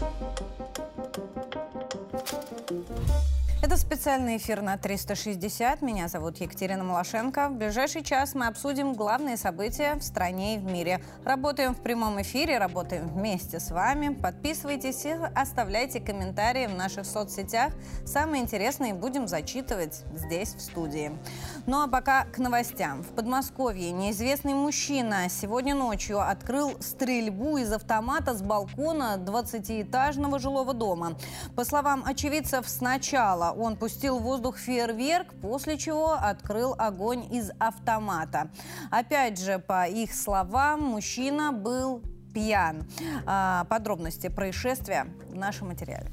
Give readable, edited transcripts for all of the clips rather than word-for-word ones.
Это специальный эфир на 360. Меня зовут Екатерина Малашенко. В ближайший час мы обсудим главные события в стране и в мире. Работаем в прямом эфире, работаем вместе с вами. Подписывайтесь и оставляйте комментарии в наших соцсетях. Самые интересные будем зачитывать здесь, в студии. Ну а пока к новостям. В Подмосковье неизвестный мужчина сегодня ночью открыл стрельбу из автомата с балкона 20-этажного жилого дома. По словам очевидцев, сначала он пустил в воздух фейерверк, после чего открыл огонь из автомата. Опять же, по их словам, мужчина был пьян. Подробности происшествия в нашем материале.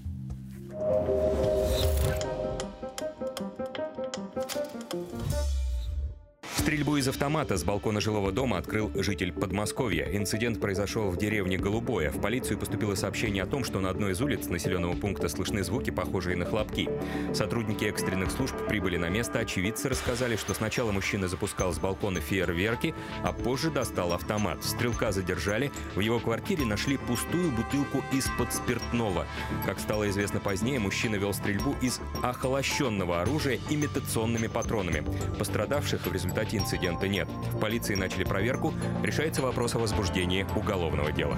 Стрельбу из автомата с балкона жилого дома открыл житель Подмосковья. Инцидент произошел в деревне Голубое. В полицию поступило сообщение о том, что на одной из улиц населенного пункта слышны звуки, похожие на хлопки. Сотрудники экстренных служб прибыли на место. Очевидцы рассказали, что сначала мужчина запускал с балкона фейерверки, а позже достал автомат. Стрелка задержали. В его квартире нашли пустую бутылку из-под спиртного. Как стало известно позднее, мужчина вел стрельбу из охолощенного оружия имитационными патронами. Пострадавших в результате инцидента нет. В полиции начали проверку. Решается вопрос о возбуждении уголовного дела.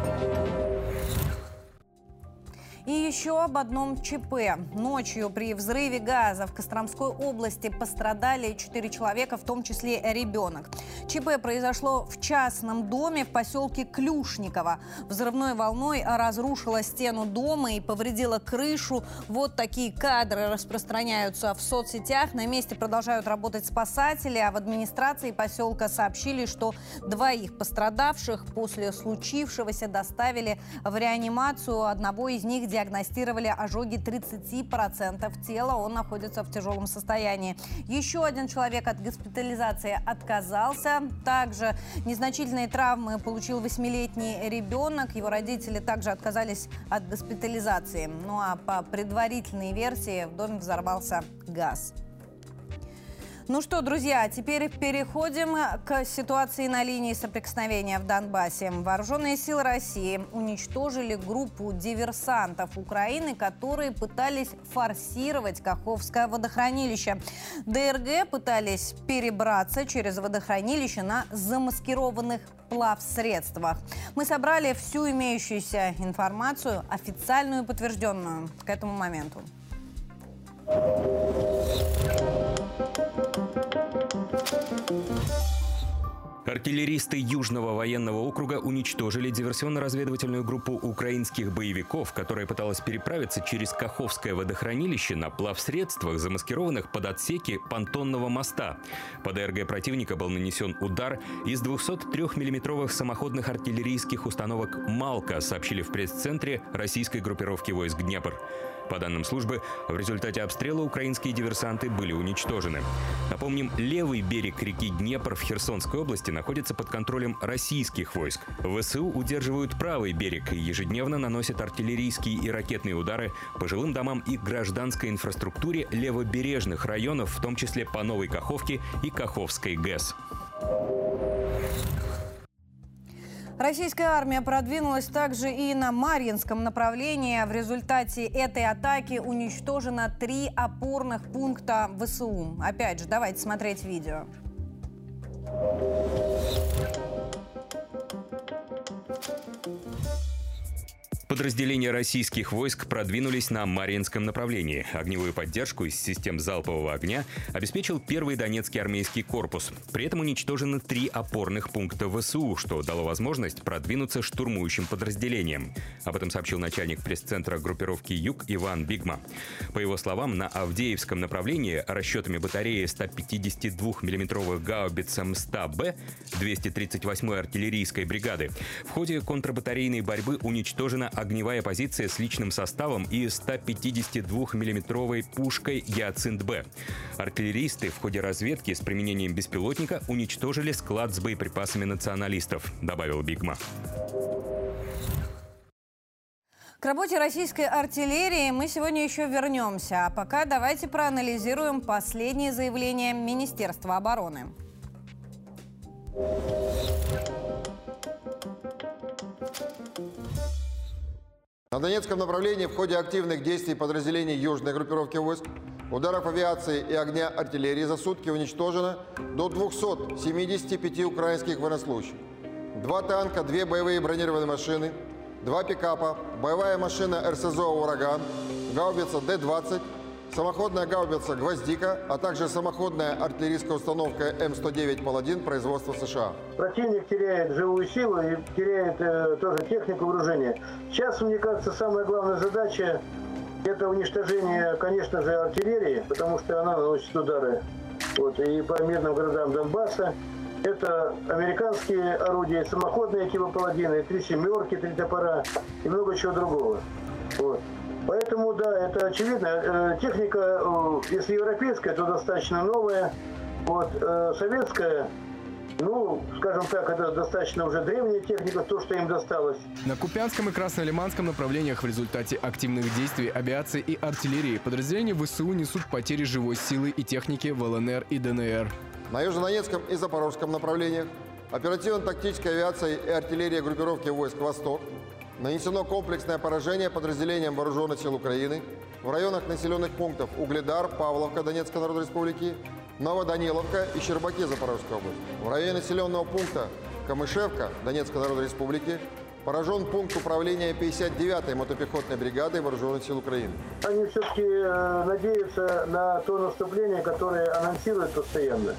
И еще об одном ЧП. Ночью при взрыве газа в Костромской области пострадали 4 человека, в том числе ребенок. ЧП произошло в частном доме в поселке Клюшниково. Взрывной волной разрушила стену дома и повредила крышу. Вот такие кадры распространяются в соцсетях. На месте продолжают работать спасатели, а в администрации поселка сообщили, что 2 пострадавших после случившегося доставили в реанимацию. Одного из них диагностировали ожоги 30% тела. Он находится в тяжелом состоянии. Еще один человек от госпитализации отказался. Также незначительные травмы получил 8-летний ребенок. Его родители также отказались от госпитализации. Ну а по предварительной версии в доме взорвался газ. Ну что, друзья, теперь переходим к ситуации на линии соприкосновения в Донбассе. Вооруженные силы России уничтожили группу диверсантов Украины, которые пытались форсировать Каховское водохранилище. ДРГ пытались перебраться через водохранилище на замаскированных плавсредствах. Мы собрали всю имеющуюся информацию, официальную и подтвержденную к этому моменту. Артиллеристы Южного военного округа уничтожили диверсионно-разведывательную группу украинских боевиков, которая пыталась переправиться через Каховское водохранилище на плавсредствах, замаскированных под отсеки понтонного моста. По ДРГ противника был нанесен удар из 203 миллиметровых самоходных артиллерийских установок «Малка», сообщили в пресс-центре российской группировки войск «Днепр». По данным службы, в результате обстрела украинские диверсанты были уничтожены. Напомним, левый берег реки Днепр в Херсонской области находится под контролем российских войск. ВСУ удерживают правый берег и ежедневно наносят артиллерийские и ракетные удары по жилым домам и гражданской инфраструктуре левобережных районов, в том числе по Новой Каховке и Каховской ГЭС. Российская армия продвинулась также и на Марьинском направлении. В результате этой атаки уничтожено 3 опорных пункта ВСУ. Опять же, давайте смотреть видео. Подразделения российских войск продвинулись на Марьинском направлении. Огневую поддержку из систем залпового огня обеспечил Первый Донецкий армейский корпус. При этом уничтожено 3 опорных пункта ВСУ, что дало возможность продвинуться штурмующим подразделениям. Об этом сообщил начальник пресс-центра группировки «Юг» Иван Бигма. По его словам, на Авдеевском направлении расчетами батареи 152 миллиметровых гаубиц МСТА-Б 238-й артиллерийской бригады в ходе контрбатарейной борьбы уничтожена огневая позиция с личным составом и 152 миллиметровой пушкой «Гиацинт-Б». Артиллеристы в ходе разведки с применением беспилотника уничтожили склад с боеприпасами националистов, добавил Бигма. К работе российской артиллерии мы сегодня еще вернемся. А пока давайте проанализируем последние заявления Министерства обороны. На Донецком направлении в ходе активных действий подразделений южной группировки войск, ударов авиации и огня артиллерии за сутки уничтожено до 275 украинских военнослужащих. 2 танка, 2 боевые бронированные машины, 2 пикапа, боевая машина РСЗО «Ураган», гаубица Д-20, самоходная гаубица «Гвоздика», а также самоходная артиллерийская установка М109 «Паладин» производства США. Противник теряет живую силу и теряет тоже технику вооружения. Сейчас, мне кажется, самая главная задача – это уничтожение, конечно же, артиллерии, потому что она наносит удары и по мирным городам Донбасса. Это американские орудия, самоходные типа «Паладины», 3 семерки, 3 топора и много чего другого. Поэтому, да, это очевидно. Техника, если европейская, то достаточно новая. Советская, скажем так, это достаточно уже древняя техника, то, что им досталось. На Купянском и Краснолиманском направлениях в результате активных действий авиации и артиллерии подразделения ВСУ несут потери живой силы и техники в ЛНР и ДНР. На Южнодонецком и Запорожском направлениях оперативно-тактической авиацией и артиллерией группировки войск «Восток» нанесено комплексное поражение подразделениям Вооруженных сил Украины в районах населенных пунктов Угледар, Павловка Донецкой Народной Республики, Новоданиловка и Щербаки Запорожской области. В районе населенного пункта Камышевка Донецкой Народной Республики поражен пункт управления 59-й мотопехотной бригады Вооруженных сил Украины. Они все-таки надеются на то наступление, которое анонсируют постоянно.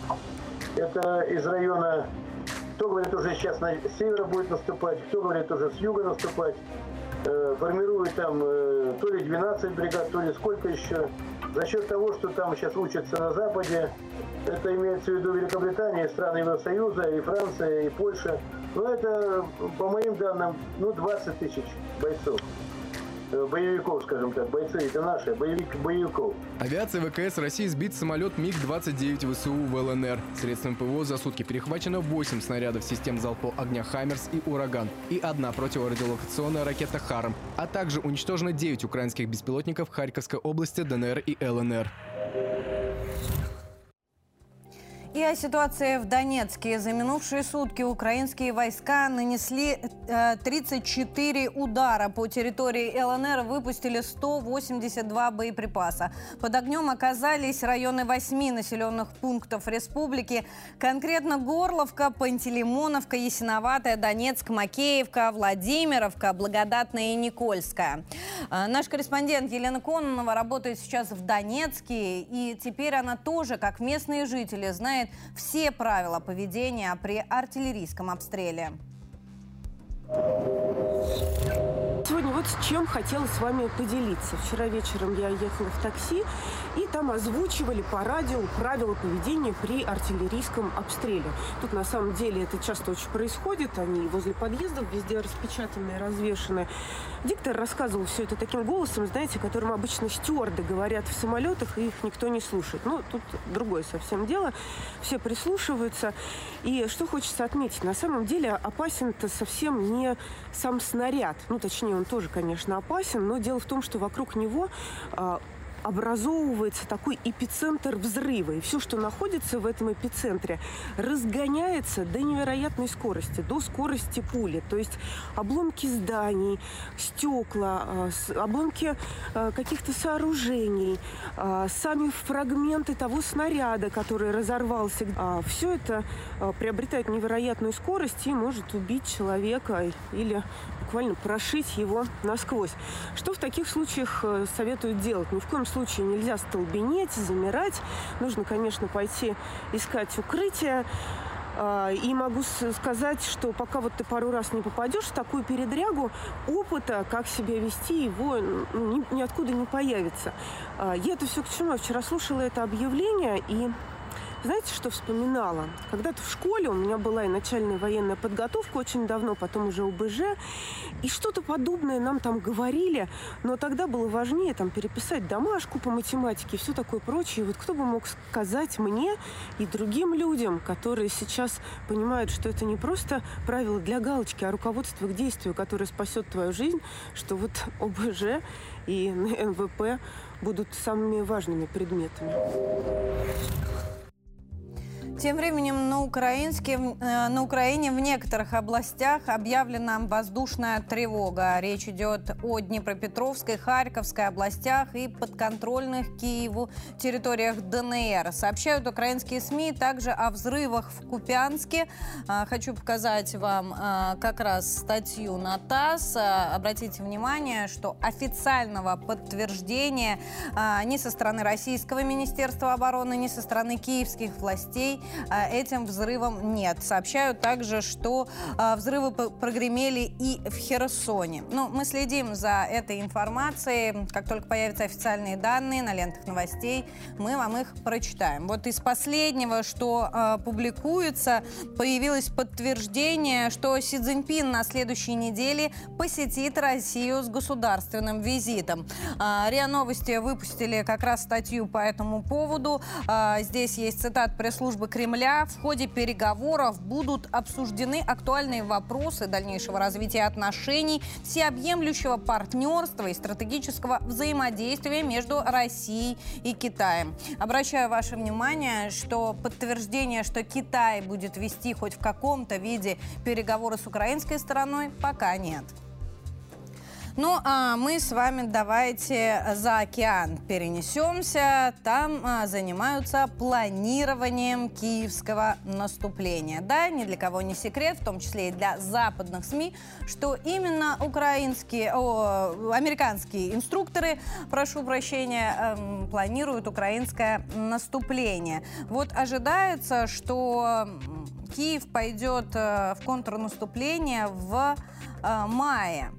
Это из района... Кто говорит, уже сейчас с севера будет наступать, кто говорит, уже с юга наступать. Формирует там то ли 12 бригад, то ли сколько еще. За счет того, что там сейчас учатся на Западе, это имеется в виду Великобритания, страны Евросоюза, и Франция, и Польша. Это, по моим данным, 20 тысяч бойцов. Боевиков, скажем так, бойцы это наши, боевиков. Авиация ВКС России сбит самолет МиГ-29 ВСУ в ЛНР. Средством ПВО за сутки перехвачено 8 снарядов систем залпового огня «Хаммерс» и «Ураган» и 1 противорадиолокационная ракета «Харм», а также уничтожено 9 украинских беспилотников в Харьковской области, ДНР и ЛНР. И о ситуации в Донецке. За минувшие сутки украинские войска нанесли 34 удара по территории ЛНР, выпустили 182 боеприпаса. Под огнем оказались районы 8 населенных пунктов республики, конкретно Горловка, Пантелеймоновка, Ясиноватая, Донецк, Макеевка, Владимировка, Благодатная и Никольская. Наш корреспондент Елена Кононова работает сейчас в Донецке, и теперь она тоже, как местные жители, знает все правила поведения при артиллерийском обстреле. Сегодня вот с чем хотела с вами поделиться. Вчера вечером я ехала в такси, и там озвучивали по радио правила поведения при артиллерийском обстреле. Тут на самом деле это часто очень происходит. Они возле подъездов везде распечатаны, развешаны. Диктор рассказывал все это таким голосом, знаете, которым обычно стюарды говорят в самолетах, и их никто не слушает. Но тут другое совсем дело. Все прислушиваются. И что хочется отметить, на самом деле опасен-то совсем не сам снаряд. Точнее, он тоже, конечно, опасен, но дело в том, что вокруг него образовывается такой эпицентр взрыва. И все, что находится в этом эпицентре, разгоняется до невероятной скорости, до скорости пули. То есть обломки зданий, стекла, обломки каких-то сооружений, сами фрагменты того снаряда, который разорвался. Все это приобретает невероятную скорость и может убить человека или буквально прошить его насквозь. Что в таких случаях советуют делать? Ни в коем случае нельзя столбенеть, замирать. Нужно, конечно, пойти искать укрытие. И могу сказать, что пока вот ты пару раз не попадешь в такую передрягу, опыта, как себя вести, его ниоткуда не появится. Я это все к чему? Я вчера слушала это объявление и... Знаете, что вспоминала? Когда-то в школе у меня была и начальная военная подготовка очень давно, потом уже ОБЖ. И что-то подобное нам там говорили, но тогда было важнее там переписать домашку по математике и все такое прочее. И вот кто бы мог сказать мне и другим людям, которые сейчас понимают, что это не просто правило для галочки, а руководство к действию, которое спасет твою жизнь, что вот ОБЖ и НВП будут самыми важными предметами. Тем временем на Украине в некоторых областях объявлена воздушная тревога. Речь идет о Днепропетровской, Харьковской областях и подконтрольных Киеву территориях ДНР. Сообщают украинские СМИ также о взрывах в Купянске. Хочу показать вам как раз статью на ТАСС. Обратите внимание, что официального подтверждения ни со стороны Российского Министерства обороны, ни со стороны киевских властей этим взрывом нет. Сообщают также, что взрывы прогремели и в Херсоне. Ну, мы следим за этой информацией. Как только появятся официальные данные на лентах новостей, мы вам их прочитаем. Вот из последнего, что публикуется, появилось подтверждение, что Си Цзиньпин на следующей неделе посетит Россию с государственным визитом. РИА Новости выпустили как раз статью по этому поводу. Здесь есть цитат пресс-службы Кремля. В ходе переговоров будут обсуждены актуальные вопросы дальнейшего развития отношений, всеобъемлющего партнерства и стратегического взаимодействия между Россией и Китаем. Обращаю ваше внимание, что подтверждение, что Китай будет вести хоть в каком-то виде переговоры с украинской стороной, пока нет. Ну, а мы с вами давайте за океан перенесемся. Там занимаются планированием киевского наступления. Да, ни для кого не секрет, в том числе и для западных СМИ, что именно американские инструкторы, прошу прощения, планируют украинское наступление. Вот ожидается, что Киев пойдет в контрнаступление в мае.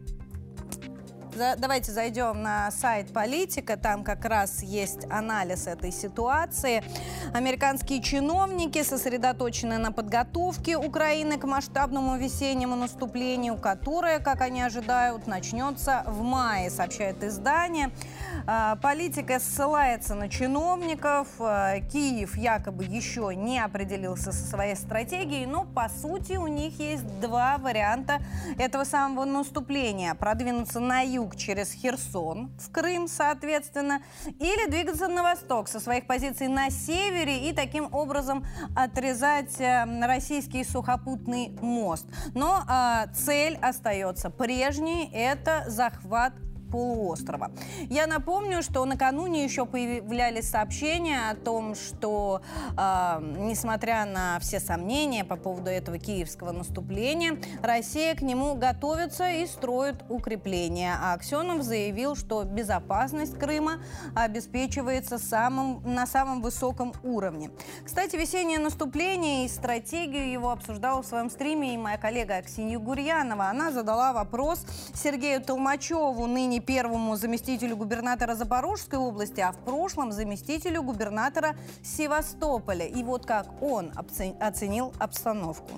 Давайте зайдем на сайт «Политика», там как раз есть анализ этой ситуации. Американские чиновники сосредоточены на подготовке Украины к масштабному весеннему наступлению, которое, как они ожидают, начнется в мае, сообщает издание. «Политика» ссылается на чиновников. Киев якобы еще не определился со своей стратегией, но по сути у них есть два варианта этого самого наступления. Продвинуться на юг через Херсон, в Крым, соответственно, или двигаться на восток со своих позиций на севере и таким образом отрезать российский сухопутный мост. Но цель остается прежней – это захват полуострова. Я напомню, что накануне еще появлялись сообщения о том, что, несмотря на все сомнения по поводу этого киевского наступления, Россия к нему готовится и строит укрепления. А Аксенов заявил, что безопасность Крыма обеспечивается на самом высоком уровне. Кстати, весеннее наступление и стратегию его обсуждала в своем стриме и моя коллега Аксинья Гурьянова. Она задала вопрос Сергею Толмачеву, ныне первому заместителю губернатора Запорожской области, а в прошлом заместителю губернатора Севастополя. И вот как он оценил обстановку.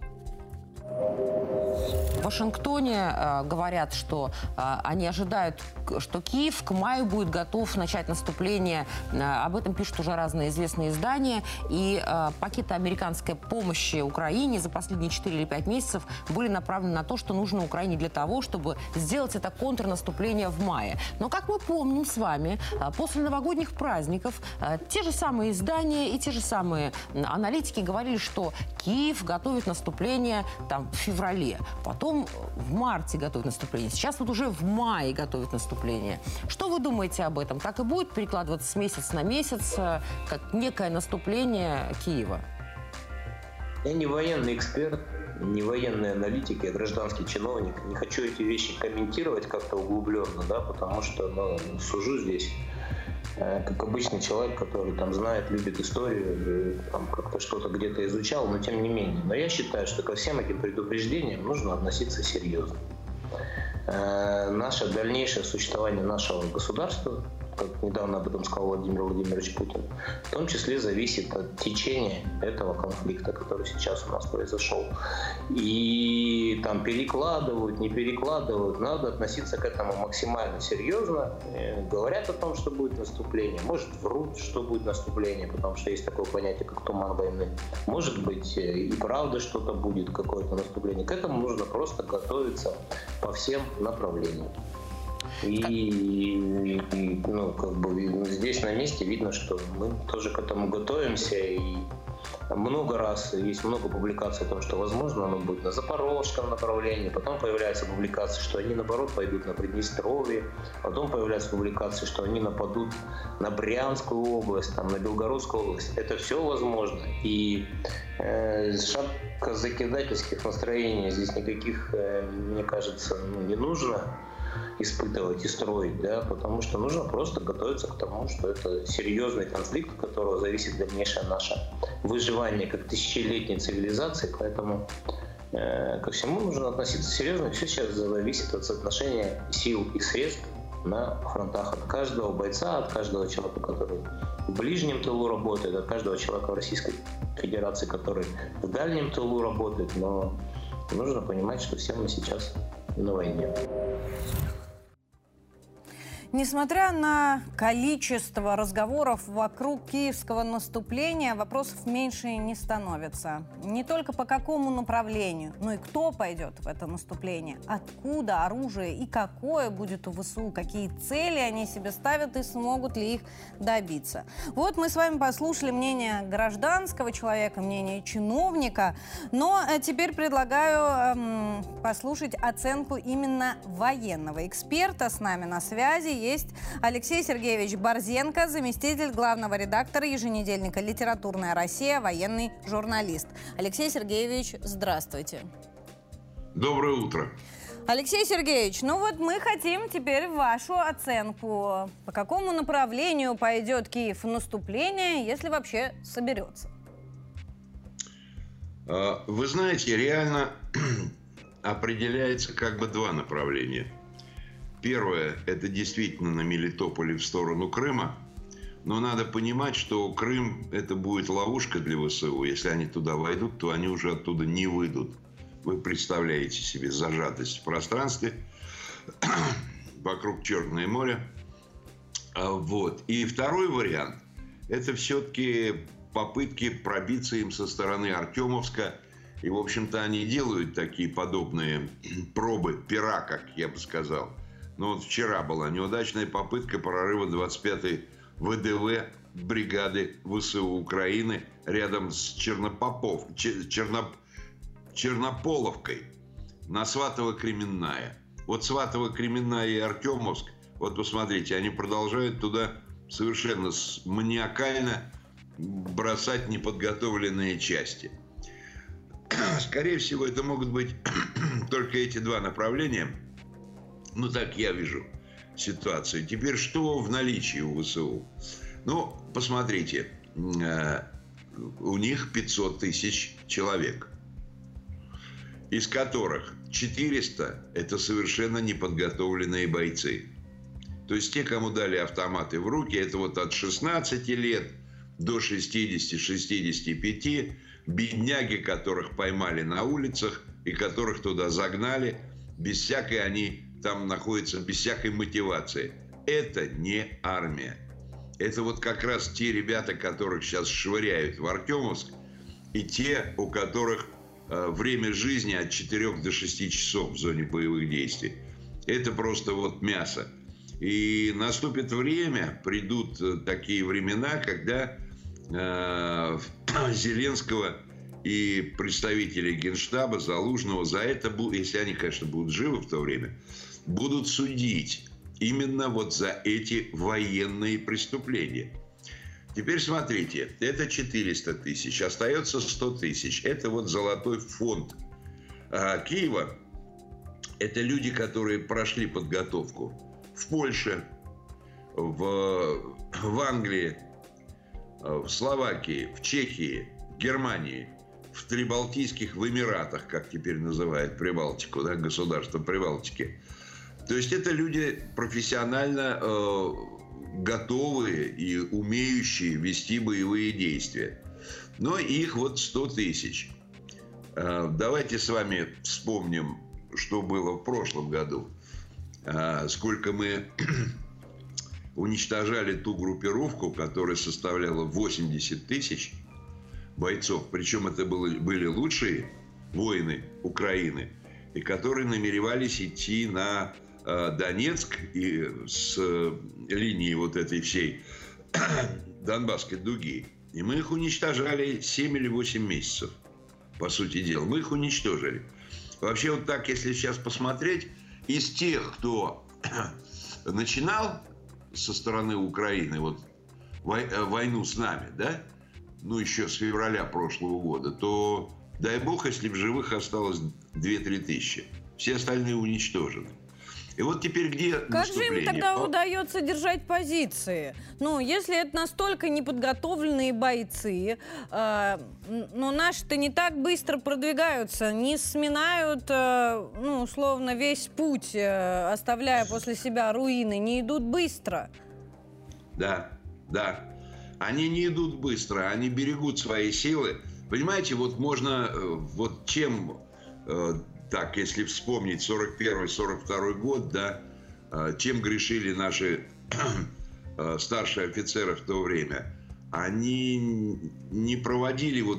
В Вашингтоне говорят, что они ожидают, что Киев к маю будет готов начать наступление. Об этом пишут уже разные известные издания. И пакеты американской помощи Украине за последние 4 или 5 месяцев были направлены на то, что нужно Украине для того, чтобы сделать это контрнаступление в мае. Но, как мы помним с вами, после новогодних праздников те же самые издания и те же самые аналитики говорили, что Киев готовит наступление там в феврале, потом в марте готовит наступление. Сейчас вот уже в мае готовит наступление. Что вы думаете об этом? Так и будет перекладываться с месяца на месяц, как некое наступление Киева? Я не военный эксперт, не военный аналитик, я гражданский чиновник. Не хочу эти вещи комментировать как-то углубленно, да, потому что сужу здесь как обычный человек, который там знает, любит историю, там как-то что-то где-то изучал, но тем не менее. Но я считаю, что ко всем этим предупреждениям нужно относиться серьезно. Наше дальнейшее существование нашего государства, как недавно об этом сказал Владимир Владимирович Путин, в том числе зависит от течения этого конфликта, который сейчас у нас произошел. И там перекладывают, не перекладывают, надо относиться к этому максимально серьезно. Говорят о том, что будет наступление, может врут, что будет наступление, потому что есть такое понятие, как туман войны. Может быть и правда что-то будет, какое-то наступление. К этому нужно просто готовиться по всем направлениям. И здесь на месте видно, что мы тоже к этому готовимся. И Много раз, есть много публикаций о том, что, возможно, оно будет на запорожском направлении, потом появляются публикации, что они, наоборот, пойдут на Приднестровье, потом появляются публикации, что они нападут на Брянскую область, там, на Белгородскую область. Это все возможно. И шапкозакидательских настроений здесь никаких, мне кажется, не нужно испытывать и строить, да, потому что нужно просто готовиться к тому, что это серьезный конфликт, от которого зависит дальнейшее наше выживание как тысячелетней цивилизации, поэтому ко всему нужно относиться серьезно. Все сейчас зависит от соотношения сил и средств на фронтах, от каждого бойца, от каждого человека, который в ближнем тылу работает, от каждого человека в Российской Федерации, который в дальнем тылу работает, но нужно понимать, что все мы сейчас на войне. Несмотря на количество разговоров вокруг киевского наступления, вопросов меньше не становится. Не только по какому направлению, но и кто пойдет в это наступление, откуда оружие и какое будет у ВСУ, какие цели они себе ставят и смогут ли их добиться. Вот мы с вами послушали мнение гражданского человека, мнение чиновника, но теперь предлагаю послушать оценку именно военного эксперта. С нами на связи есть Алексей Сергеевич Борзенко, заместитель главного редактора еженедельника «Литературная Россия», военный журналист. Алексей Сергеевич, здравствуйте. Доброе утро. Алексей Сергеевич, ну вот мы хотим теперь вашу оценку. По какому направлению пойдет Киев в наступление, если вообще соберется? Вы знаете, реально определяется как бы два направления. Первое – это действительно на Мелитополе в сторону Крыма. Но надо понимать, что Крым – это будет ловушка для ВСУ. Если они туда войдут, то они уже оттуда не выйдут. Вы представляете себе зажатость в пространстве вокруг Черное море. Вот. И второй вариант – это все-таки попытки пробиться им со стороны Артемовска. И, в общем-то, они делают такие подобные пробы пера, как я бы сказал. Но вот вчера была неудачная попытка прорыва 25-й ВДВ бригады ВСУ Украины рядом с Чернополовкой на Сватово-Кременная. Вот Сватово-Кременная и Артемовск, вот посмотрите, они продолжают туда совершенно маниакально бросать неподготовленные части. Скорее всего, это могут быть только эти два направления. Ну, так я вижу ситуацию. Теперь, что в наличии у ВСУ? Ну, посмотрите, у них 500 тысяч человек, из которых 400 – это совершенно неподготовленные бойцы. То есть те, кому дали автоматы в руки, это вот от 16 лет до 60-65, бедняги, которых поймали на улицах и которых туда загнали, без всякой они там находятся, без всякой мотивации. Это не армия. Это вот как раз те ребята, которых сейчас швыряют в Артемовск, и те, у которых время жизни от 4 до 6 часов в зоне боевых действий. Это просто вот мясо. И наступит время, придут такие времена, когда Зеленского и представители Генштаба, Залужного за это, если они, конечно, будут живы в то время, будут судить именно вот за эти военные преступления. Теперь смотрите, это 400 тысяч, остается 100 тысяч. Это вот золотой фонд Киева. Это люди, которые прошли подготовку в Польше, в Англии, в Словакии, в Чехии, в Германии, в Прибалтийских, в Эмиратах, как теперь называют Прибалтику, да, государство Прибалтики. То есть это люди профессионально готовые и умеющие вести боевые действия. Но их вот 100 тысяч. Давайте с вами вспомним, что было в прошлом году. Сколько мы уничтожали ту группировку, которая составляла 80 тысяч бойцов. Причем это были лучшие воины Украины, и которые намеревались идти на Донецк и с линии вот этой всей Донбасской дуги И мы их уничтожали 7 или 8 месяцев, по сути дела. Мы их уничтожили. Вообще вот так, если сейчас посмотреть, из тех, кто начинал со стороны Украины вот, войну с нами, да, ну еще с февраля прошлого года, то дай бог, если в живых осталось 2-3 тысячи. Все остальные уничтожены. И вот теперь где как же им тогда удается держать позиции? Ну, если это настолько неподготовленные бойцы, но наши-то не так быстро продвигаются, не сминают, ну, условно, весь путь, оставляя после себя руины, не идут быстро. Да, да. Они не идут быстро, они берегут свои силы. Понимаете, вот можно, вот чем... Так, если вспомнить 41-42 год, да, чем грешили наши старшие офицеры в то время? Они не проводили вот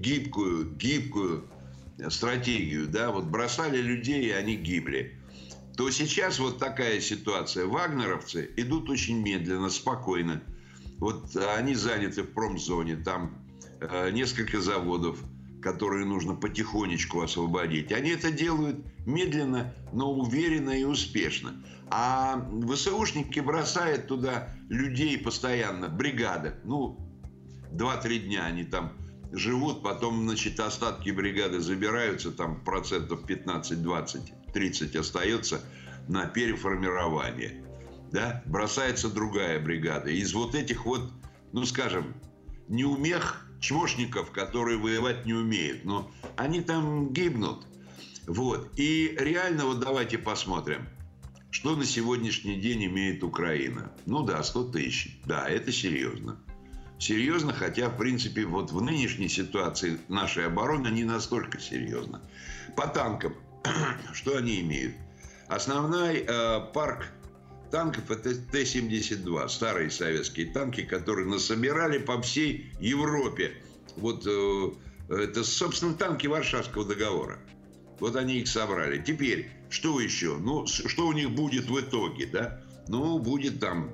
гибкую стратегию, да, вот бросали людей, и они гибли. То сейчас вот такая ситуация. Вагнеровцы идут очень медленно, спокойно. Вот они заняты в промзоне, там несколько заводов, которые нужно потихонечку освободить. Они это делают медленно, но уверенно и успешно. А ВСУшники бросают туда людей постоянно, бригады. Ну, 2-3 дня они там живут, потом, значит, остатки бригады забираются, там процентов 15, 20, 30 остается на переформирование. Да? Бросается другая бригада. Из вот этих вот, ну, скажем, неумех, чмошников, которые воевать не умеют. Но они там гибнут. Вот. И реально, вот давайте посмотрим, что на сегодняшний день имеет Украина. Ну да, 100 тысяч. Да, это серьезно. Серьезно, хотя, в принципе, вот в нынешней ситуации нашей обороны не настолько серьезно. По танкам, что они имеют? Основной парк танков — это Т-72, старые советские танки, которые насобирали по всей Европе. Вот это, собственно, танки Варшавского договора. Вот они их собрали. Теперь, что еще? Ну, что у них будет в итоге, да? Ну, будет там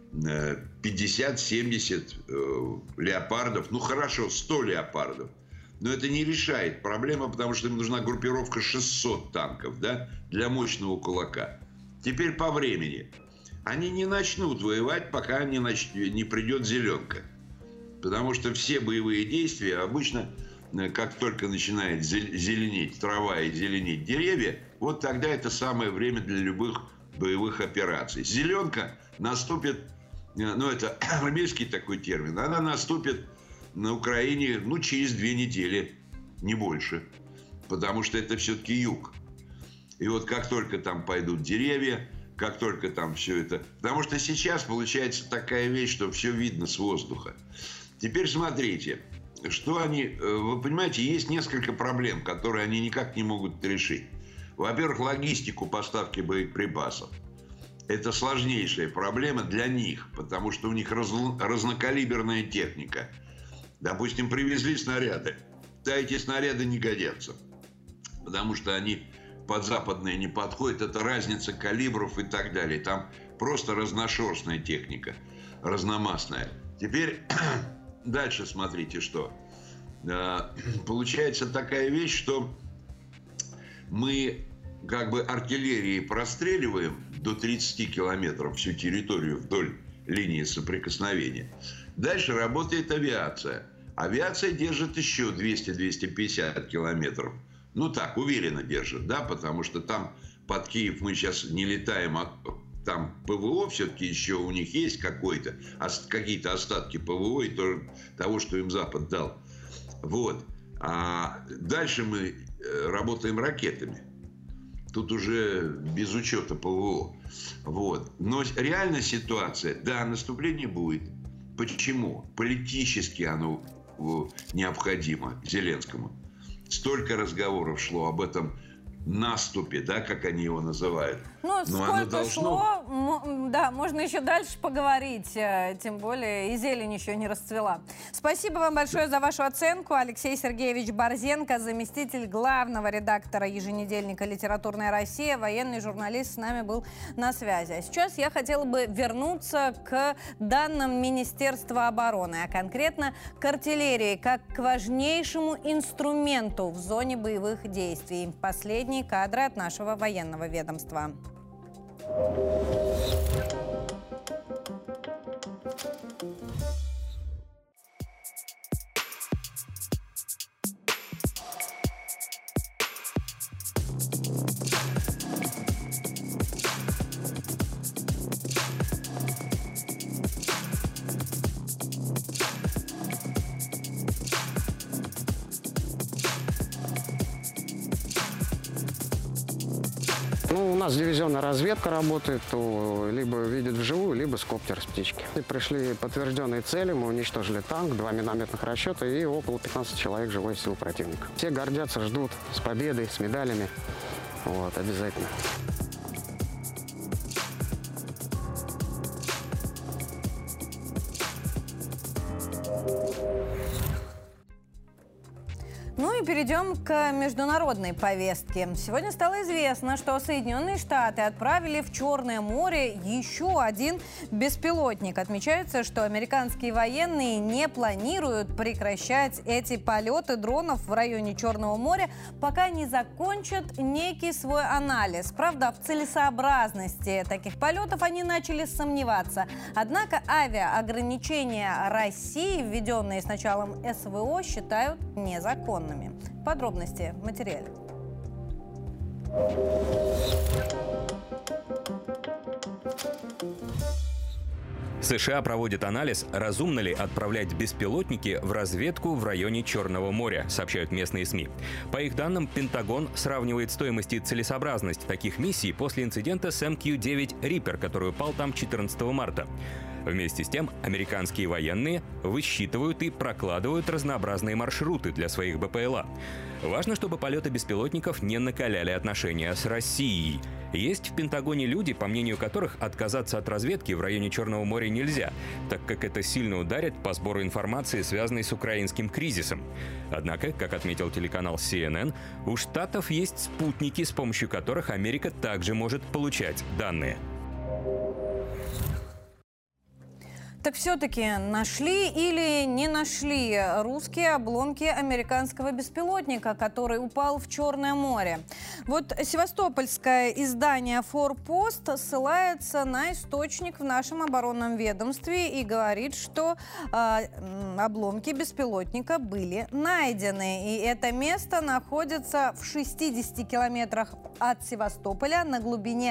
50-70 леопардов. Ну, хорошо, 100 леопардов. Но это не решает проблему, потому что им нужна группировка 600 танков, да, для мощного кулака. Теперь по времени. Они не начнут воевать, пока не придет зеленка. Потому что все боевые действия обычно, как только начинает зеленеть трава и зеленеть деревья, вот тогда это самое время для любых боевых операций. Зеленка наступит, ну это армейский такой термин, она наступит на Украине, ну, через 2 недели, не больше. Потому что это все-таки юг. И вот как только там пойдут деревья, как только там все это... Потому что сейчас получается такая вещь, что все видно с воздуха. Теперь смотрите, что они... Вы понимаете, есть несколько проблем, которые они никак не могут решить. Во-первых, логистику поставки боеприпасов. Это сложнейшая проблема для них, потому что у них разнокалиберная техника. Допустим, привезли снаряды. Да, эти снаряды не годятся, потому что они под западные не подходят. Это разница калибров и так далее. Там просто разношерстная техника, разномастная. Теперь дальше смотрите, что. Получается такая вещь, что мы как бы артиллерией простреливаем до 30 километров всю территорию вдоль линии соприкосновения. Дальше работает авиация. Авиация держит еще 200-250 километров. Ну так, уверенно держит, да, потому что там под Киев мы сейчас не летаем, а там ПВО все-таки еще у них есть какие-то остатки ПВО и того, что им Запад дал. Вот. А дальше мы работаем ракетами. Тут уже без учета ПВО. Вот. Но реальная ситуация, да, наступление будет. Почему? Политически оно необходимо Зеленскому. Столько разговоров шло об этом наступе, да, как они его называют. Ну, сколько шло, да, можно еще дальше поговорить, тем более и зелень еще не расцвела. Спасибо вам большое за вашу оценку. Алексей Сергеевич Борзенко, заместитель главного редактора еженедельника «Литературная Россия», военный журналист, с нами был на связи. А сейчас я хотела бы вернуться к данным Министерства обороны, а конкретно к артиллерии, как к важнейшему инструменту в зоне боевых действий. Последние кадры от нашего военного ведомства. Ну, у нас дивизионная разведка работает, либо видит вживую, либо с коптера, с птички. И пришли подтвержденные цели, мы уничтожили танк, 2 минометных расчета и около 15 человек живой силы противника. Все гордятся, ждут с победой, с медалями. Вот, обязательно. Ну и перейдем к международной повестке. Сегодня стало известно, что Соединенные Штаты отправили в Черное море еще один беспилотник. Отмечается, что американские военные не планируют прекращать эти полеты дронов в районе Черного моря, пока не закончат некий свой анализ. Правда, в целесообразности таких полетов они начали сомневаться. Однако авиаограничения России, введенные с началом СВО, считают незаконными. Подробности в материале. США проводят анализ, разумно ли отправлять беспилотники в разведку в районе Черного моря, сообщают местные СМИ. По их данным, Пентагон сравнивает стоимость и целесообразность таких миссий после инцидента с МК-9 «Риппер», который упал там 14 марта. Вместе с тем, американские военные высчитывают и прокладывают разнообразные маршруты для своих БПЛА. Важно, чтобы полеты беспилотников не накаляли отношения с Россией. Есть в Пентагоне люди, по мнению которых отказаться от разведки в районе Черного моря нельзя, так как это сильно ударит по сбору информации, связанной с украинским кризисом. Однако, как отметил телеканал CNN, у Штатов есть спутники, с помощью которых Америка также может получать данные. Так все-таки нашли или не нашли русские обломки американского беспилотника, который упал в Черное море? Вот севастопольское издание «Форпост» ссылается на источник в нашем оборонном ведомстве и говорит, что обломки беспилотника были найдены. И это место находится в 60 километрах от Севастополя на глубине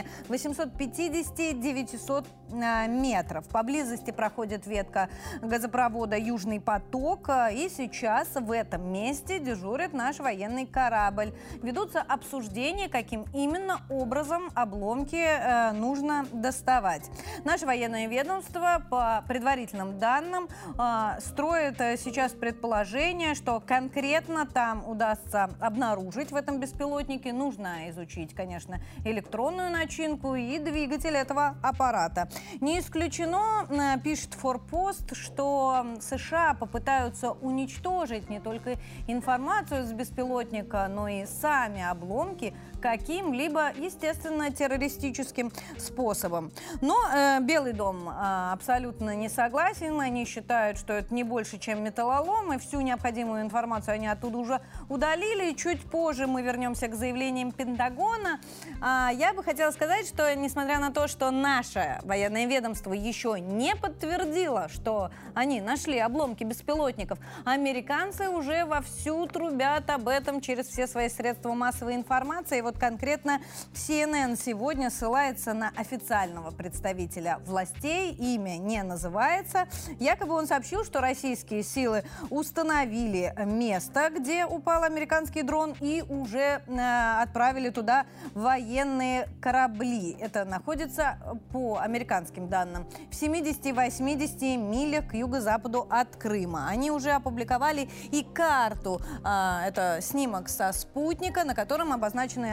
850-900 метров. Поблизости проходит ветка газопровода «Южный поток». И сейчас в этом месте дежурит наш военный корабль. Ведутся обсуждения, каким именно образом обломки нужно доставать. Наше военное ведомство, по предварительным данным, строит сейчас предположение, что конкретно там удастся обнаружить в этом беспилотнике. Нужно изучить, конечно, электронную начинку и двигатель этого аппарата. Не исключено, пишет «Форпост», что США попытаются уничтожить не только информацию с беспилотника, но и сами обломки каким-либо, естественно, террористическим способом. Но Белый дом абсолютно не согласен. Они считают, что это не больше, чем металлолом, и всю необходимую информацию они оттуда уже удалили. Чуть позже мы вернемся к заявлениям Пентагона. Я бы хотела сказать, что несмотря на то, что наше военное ведомство еще не подтвердило, что они нашли обломки беспилотников, американцы уже вовсю трубят об этом через все свои средства массовой информации. И вот конкретно CNN сегодня ссылается на официального представителя властей, имя не называется. Якобы он сообщил, что российские силы установили место, где упал американский дрон, и уже отправили туда военные корабли. Это находится, по американским данным, в 70-80 милях к юго-западу от Крыма. Они уже опубликовали и карту. Это снимок со спутника, на котором обозначены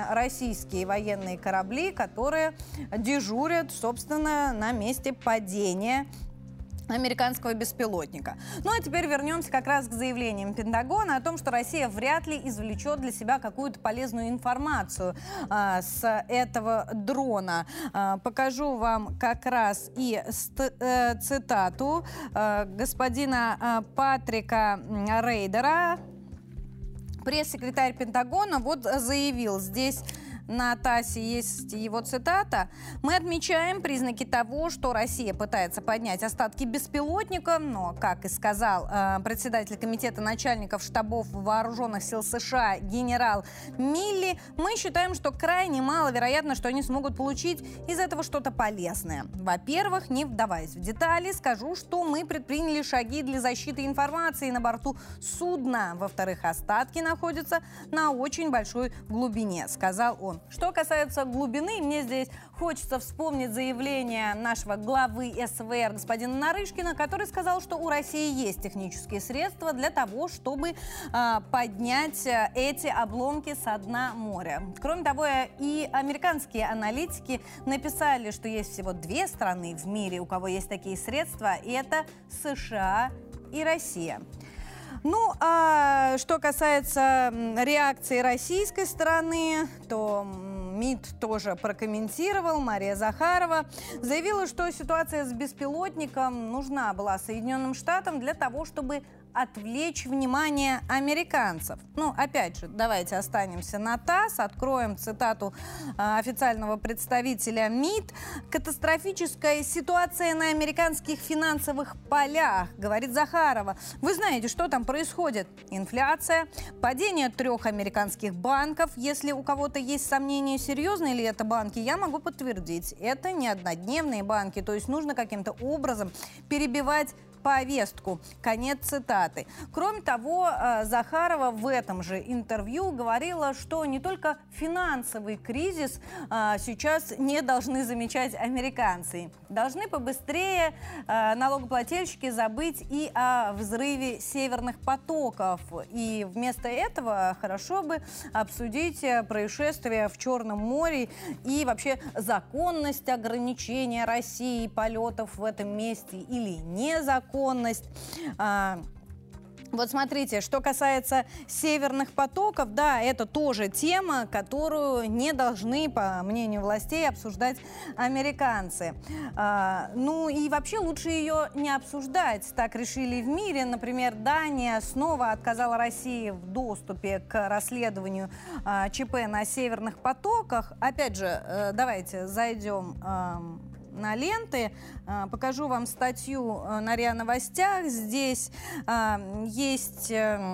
российские военные корабли, которые дежурят, собственно, на месте падения американского беспилотника. Ну а теперь вернемся как раз к заявлениям Пентагона о том, что Россия вряд ли извлечет для себя какую-то полезную информацию с этого дрона. Покажу вам как раз и цитату господина Патрика Рейдера. Пресс-секретарь Пентагона вот заявил здесь. На ТАССе есть его цитата. «Мы отмечаем признаки того, что Россия пытается поднять остатки беспилотника, но, как и сказал председатель комитета начальников штабов вооруженных сил США генерал Милли, мы считаем, что крайне маловероятно, что они смогут получить из этого что-то полезное. Во-первых, не вдаваясь в детали, скажу, что мы предприняли шаги для защиты информации на борту судна. Во-вторых, остатки находятся на очень большой глубине», сказал он. Что касается глубины, мне здесь хочется вспомнить заявление нашего главы СВР господина Нарышкина, который сказал, что у России есть технические средства для того, чтобы поднять эти обломки со дна моря. Кроме того, и американские аналитики написали, что есть всего две страны в мире, у кого есть такие средства, и это США и Россия. Ну, а что касается реакции российской стороны, то МИД тоже прокомментировал. Мария Захарова заявила, что ситуация с беспилотником нужна была Соединенным Штатам для того, чтобы отвлечь внимание американцев. Ну, опять же, давайте останемся на ТАСС, откроем цитату официального представителя МИД. «Катастрофическая ситуация на американских финансовых полях», говорит Захарова. Вы знаете, что там происходит? Инфляция, падение 3 американских банков. Если у кого-то есть сомнения, серьезные ли это банки, я могу подтвердить. Это не однодневные банки, то есть нужно каким-то образом перебивать повестку. Конец цитаты. Кроме того, Захарова в этом же интервью говорила, что не только финансовый кризис сейчас не должны замечать американцы. Должны побыстрее налогоплательщики забыть и о взрыве северных потоков. И вместо этого хорошо бы обсудить происшествия в Черном море и вообще законность ограничения России полетов в этом месте или незаконность. Вот смотрите, что касается северных потоков, да, это тоже тема, которую не должны, по мнению властей, обсуждать американцы. Ну и вообще лучше ее не обсуждать. Так решили в мире. Например, Дания снова отказала России в доступе к расследованию ЧП на северных потоках. Опять же, давайте зайдем на ленты. Покажу вам статью на РИА Новостях. Здесь есть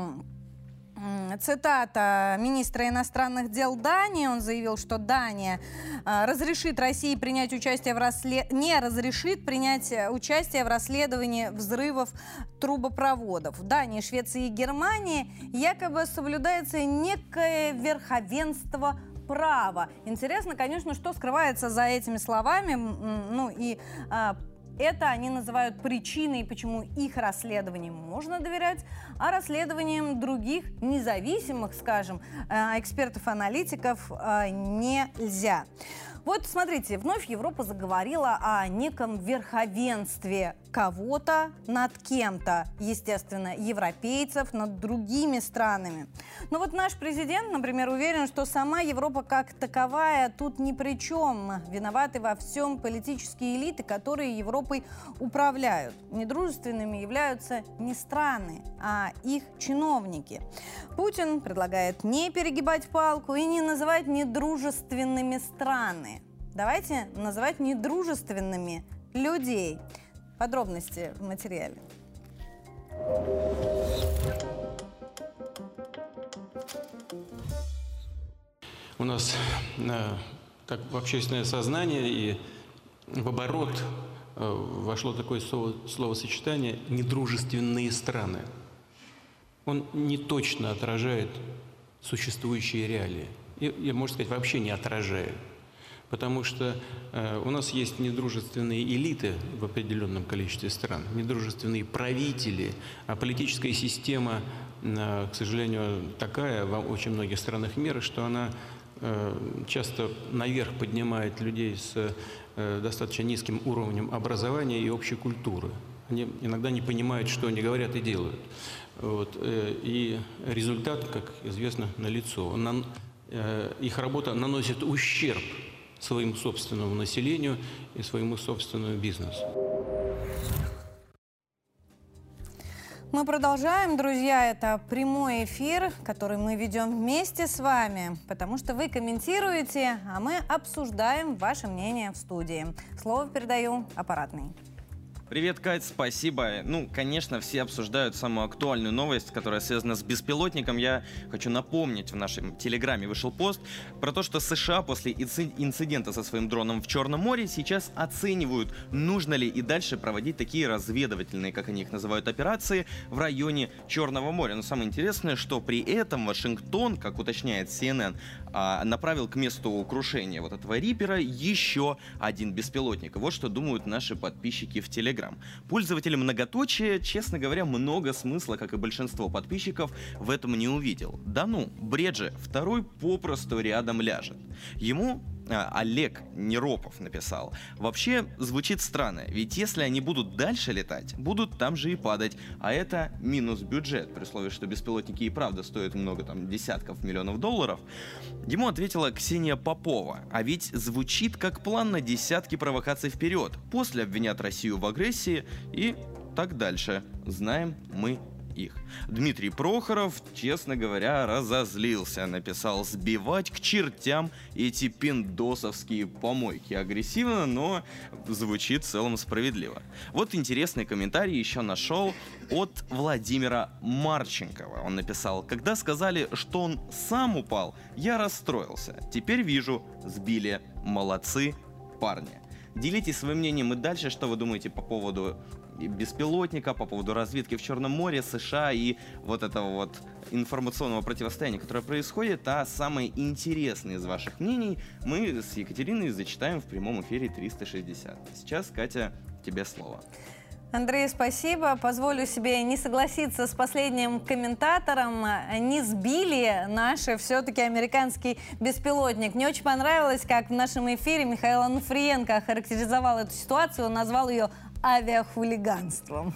цитата министра иностранных дел Дании. Он заявил, что Дания разрешит России принять участие не разрешит принять участие в расследовании взрывов трубопроводов. В Дании, Швеции и Германии якобы соблюдается некое верховенство права. Интересно, конечно, что скрывается за этими словами. Ну и это они называют причиной, почему их расследованиям можно доверять, а расследованиям других независимых, скажем, экспертов-аналитиков нельзя. Вот смотрите, вновь Европа заговорила о неком верховенстве кого-то над кем-то, естественно, европейцев над другими странами. Но вот наш президент, например, уверен, что сама Европа как таковая тут ни при чем. Виноваты во всем политические элиты, которые Европой управляют. Недружественными являются не страны, а их чиновники. Путин предлагает не перегибать палку и не называть недружественными страны. Давайте называть недружественными людей. Подробности в материале. У нас как в общественное сознание и в оборот вошло такое словосочетание «недружественные страны». Он не точно отражает существующие реалии. И, можно сказать, вообще не отражает. Потому что у нас есть недружественные элиты в определенном количестве стран, недружественные правители, а политическая система, к сожалению, такая в очень многих странах мира, что она часто наверх поднимает людей с достаточно низким уровнем образования и общей культуры. Они иногда не понимают, что они говорят и делают. Вот. И результат, как известно, налицо. Их работа наносит ущерб своему собственному населению и своему собственному бизнесу. Мы продолжаем, друзья. Это прямой эфир, который мы ведем вместе с вами, потому что вы комментируете, а мы обсуждаем ваше мнение в студии. Слово передаю аппаратной. Привет, Кать, спасибо. Ну, конечно, все обсуждают самую актуальную новость, которая связана с беспилотником. Я хочу напомнить, в нашем телеграме вышел пост про то, что США после инцидента со своим дроном в Черном море сейчас оценивают, нужно ли и дальше проводить такие разведывательные, как они их называют, операции в районе Черного моря. Но самое интересное, что при этом Вашингтон, как уточняет CNN, направил к месту крушения вот этого Риппера еще один беспилотник. Вот что думают наши подписчики в Телеграм. Пользователь многоточия, честно говоря, много смысла, как и большинство подписчиков, в этом не увидел. Да ну, бред же, второй попросту рядом ляжет. Ему Олег Неропов написал: вообще звучит странно, ведь если они будут дальше летать, будут там же и падать, а это минус бюджет, при условии, что беспилотники и правда стоят много, там, десятков миллионов долларов. Ему ответила Ксения Попова: а ведь звучит как план на десятки провокаций вперед, после обвинят Россию в агрессии и так дальше. Знаем мы их. Дмитрий Прохоров, честно говоря, разозлился. Написал: сбивать к чертям эти пиндосовские помойки. Агрессивно, но звучит в целом справедливо. Вот интересный комментарий еще нашел от Владимира Марченкова. Он написал: когда сказали, что он сам упал, я расстроился. Теперь вижу, сбили. Молодцы, парни. Делитесь своим мнением и дальше, что вы думаете по поводу беспилотника, по поводу разведки в Черном море, США и вот этого вот информационного противостояния, которое происходит. А самые интересные из ваших мнений мы с Екатериной зачитаем в прямом эфире 360. Сейчас, Катя, тебе слово. Андрей, спасибо. Позволю себе не согласиться с последним комментатором. Не сбили наши все-таки американский беспилотник. Мне очень понравилось, как в нашем эфире Михаил Ануфриенко охарактеризовал эту ситуацию. Он назвал ее авиахулиганством.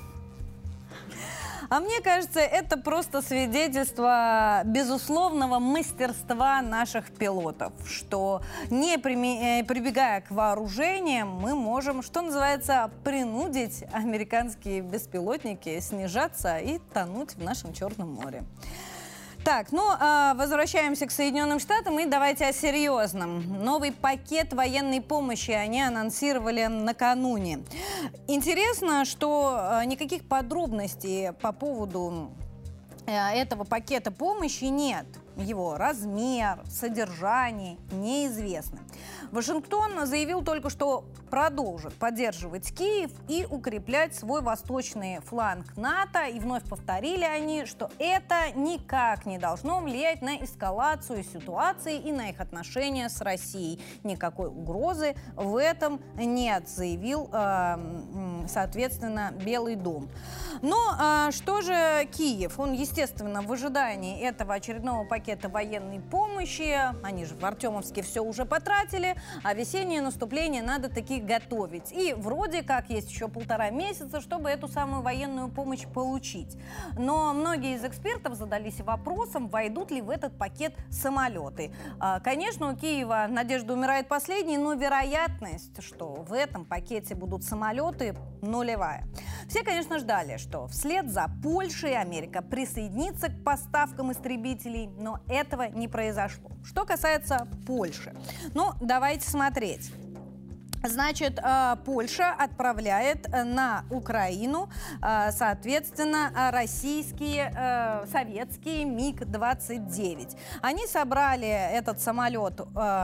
А мне кажется, это просто свидетельство безусловного мастерства наших пилотов, что не прибегая к вооружениям, мы можем, что называется, принудить американские беспилотники снижаться и тонуть в нашем Черном море. Так, ну, возвращаемся к Соединенным Штатам и давайте о серьезном. Новый пакет военной помощи они анонсировали накануне. Интересно, что никаких подробностей по поводу этого пакета помощи нет. Его размер, содержание неизвестны. Вашингтон заявил только, что продолжит поддерживать Киев и укреплять свой восточный фланг НАТО. И вновь повторили они, что это никак не должно влиять на эскалацию ситуации и на их отношения с Россией. Никакой угрозы в этом нет, заявил, соответственно, Белый дом. Но что же Киев? Он, естественно, в ожидании этого очередного пакета военной помощи. Они же в Артемовске все уже потратили, а весеннее наступление надо таки готовить. И вроде как есть еще 1,5 месяца, чтобы эту самую военную помощь получить. Но многие из экспертов задались вопросом, войдут ли в этот пакет самолеты. Конечно, у Киева надежда умирает последней, но вероятность, что в этом пакете будут самолеты, нулевая. Все, конечно, ждали, что вслед за Польшей Америка присоединится к поставкам истребителей, но этого не произошло. Что касается Польши, ну, давайте смотреть. Значит, Польша отправляет на Украину, соответственно, российские, советские МиГ-29. Они собрали этот самолет,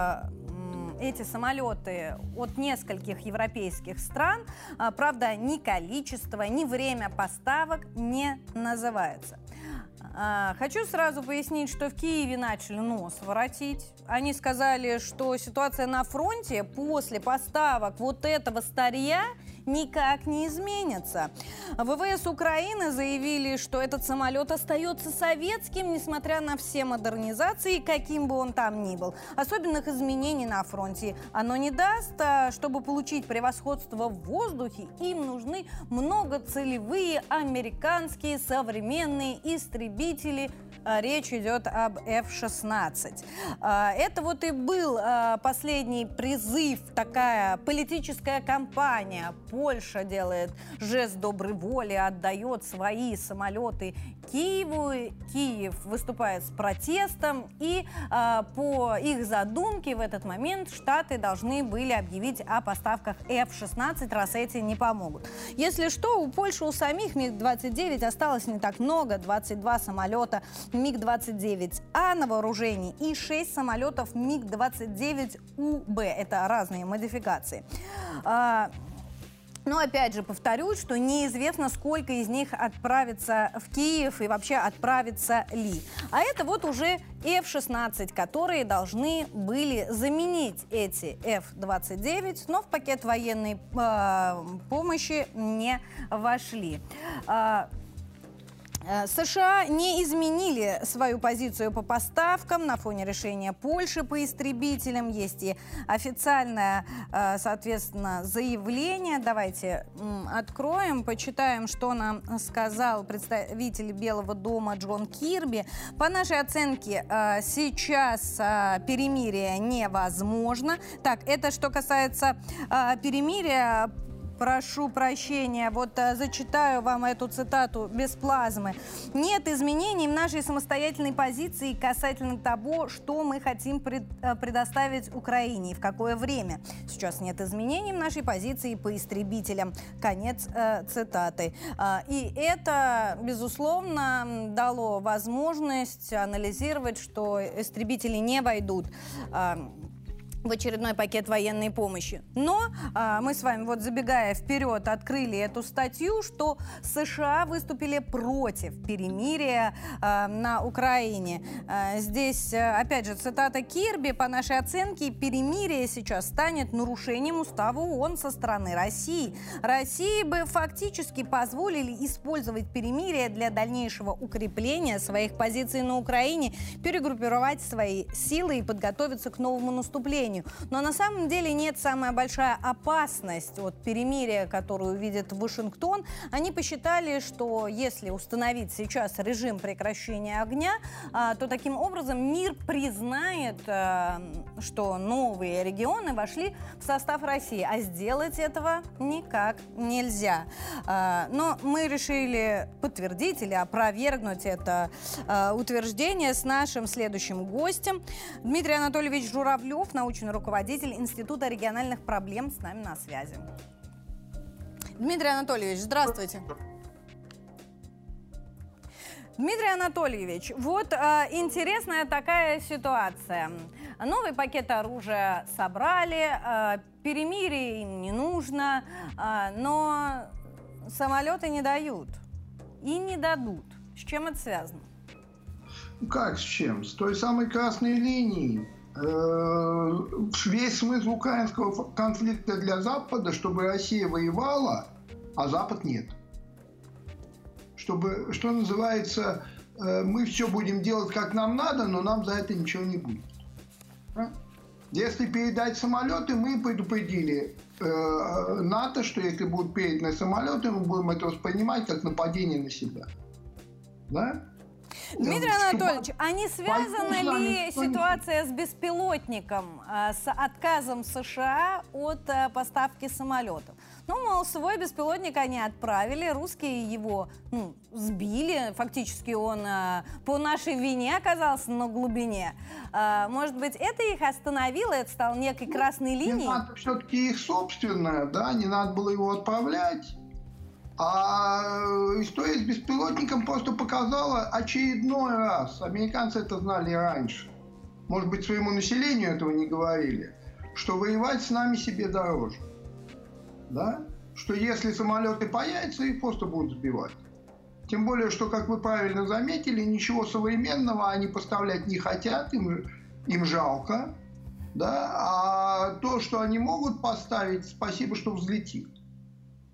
эти самолеты от нескольких европейских стран. Правда, ни количество, ни время поставок не называется. Хочу сразу пояснить, что в Киеве начали нос воротить. Они сказали, что ситуация на фронте после поставок вот этого старья никак не изменятся. ВВС Украины заявили, что этот самолет остается советским, несмотря на все модернизации, каким бы он там ни был. Особенных изменений на фронте оно не даст. Чтобы получить превосходство в воздухе, им нужны многоцелевые американские современные истребители. Речь идет об F-16. Это вот и был последний призыв, такая политическая кампания. Польша делает жест доброй воли, отдает свои самолеты Киеву. Киев выступает с протестом, и по их задумке в этот момент Штаты должны были объявить о поставках F-16, раз эти не помогут. Если что, у Польши у самих МиГ-29 осталось не так много, 22 самолета МиГ-29А на вооружении и 6 самолетов МиГ-29УБ. Это разные модификации. Но опять же повторюсь, что неизвестно, сколько из них отправится в Киев и вообще отправится ли. А это вот уже F-16, которые должны были заменить эти F-29, но в пакет военной помощи не вошли. США не изменили свою позицию по поставкам на фоне решения Польши по истребителям. Есть и официальное, соответственно, заявление. Давайте откроем, почитаем, что нам сказал представитель Белого дома Джон Кирби. По нашей оценке, сейчас перемирие невозможно. Так, это что касается перемирия. Прошу прощения, вот зачитаю вам эту цитату без плазмы. «Нет изменений в нашей самостоятельной позиции касательно того, что мы хотим предоставить Украине и в какое время. Сейчас нет изменений в нашей позиции по истребителям». Конец цитаты. И это, безусловно, дало возможность анализировать, что истребители не войдут в очередной пакет военной помощи. Но мы с вами, вот забегая вперед, открыли эту статью, что США выступили против перемирия на Украине. Здесь, опять же, цитата Кирби. «По нашей оценке, перемирие сейчас станет нарушением устава ООН со стороны России. России бы фактически позволили использовать перемирие для дальнейшего укрепления своих позиций на Украине, перегруппировать свои силы и подготовиться к новому наступлению. Но на самом деле нет, самая большая опасность от перемирия, которую видит Вашингтон. Они посчитали, что если установить сейчас режим прекращения огня, то таким образом мир признает, что новые регионы вошли в состав России. А сделать этого никак нельзя. Но мы решили подтвердить или опровергнуть это утверждение с нашим следующим гостем. Дмитрий Анатольевич Журавлев, научный руководитель Института региональных проблем, с нами на связи. Дмитрий Анатольевич, здравствуйте. Дмитрий Анатольевич, вот интересная такая ситуация. Новый пакет оружия собрали, перемирие им не нужно, но самолеты не дают и не дадут. С чем это связано? Как с чем? С той самой красной линией. Весь смысл украинского конфликта для Запада, чтобы Россия воевала, а Запад нет. Чтобы, что называется, мы все будем делать, как нам надо, но нам за это ничего не будет. Если передать самолеты, мы предупредили НАТО, что если будут переданы самолеты, мы будем это воспринимать как нападение на себя. Да? Дмитрий Анатольевич, а не связана ли ситуация с беспилотником, с отказом США от поставки самолетов? Ну, мол, свой беспилотник они отправили, русские его сбили, фактически он по нашей вине оказался на глубине. Может быть, это их остановило, это стало некой красной линией? НАТО все-таки их собственное, да, не надо было его отправлять. А история с беспилотником просто показала очередной раз, американцы это знали раньше, может быть, своему населению этого не говорили, что воевать с нами себе дороже. Да? Что если самолеты появятся, их просто будут сбивать. Тем более, что, как вы правильно заметили, ничего современного они поставлять не хотят, им жалко. Да? А то, что они могут поставить, спасибо, что взлетит.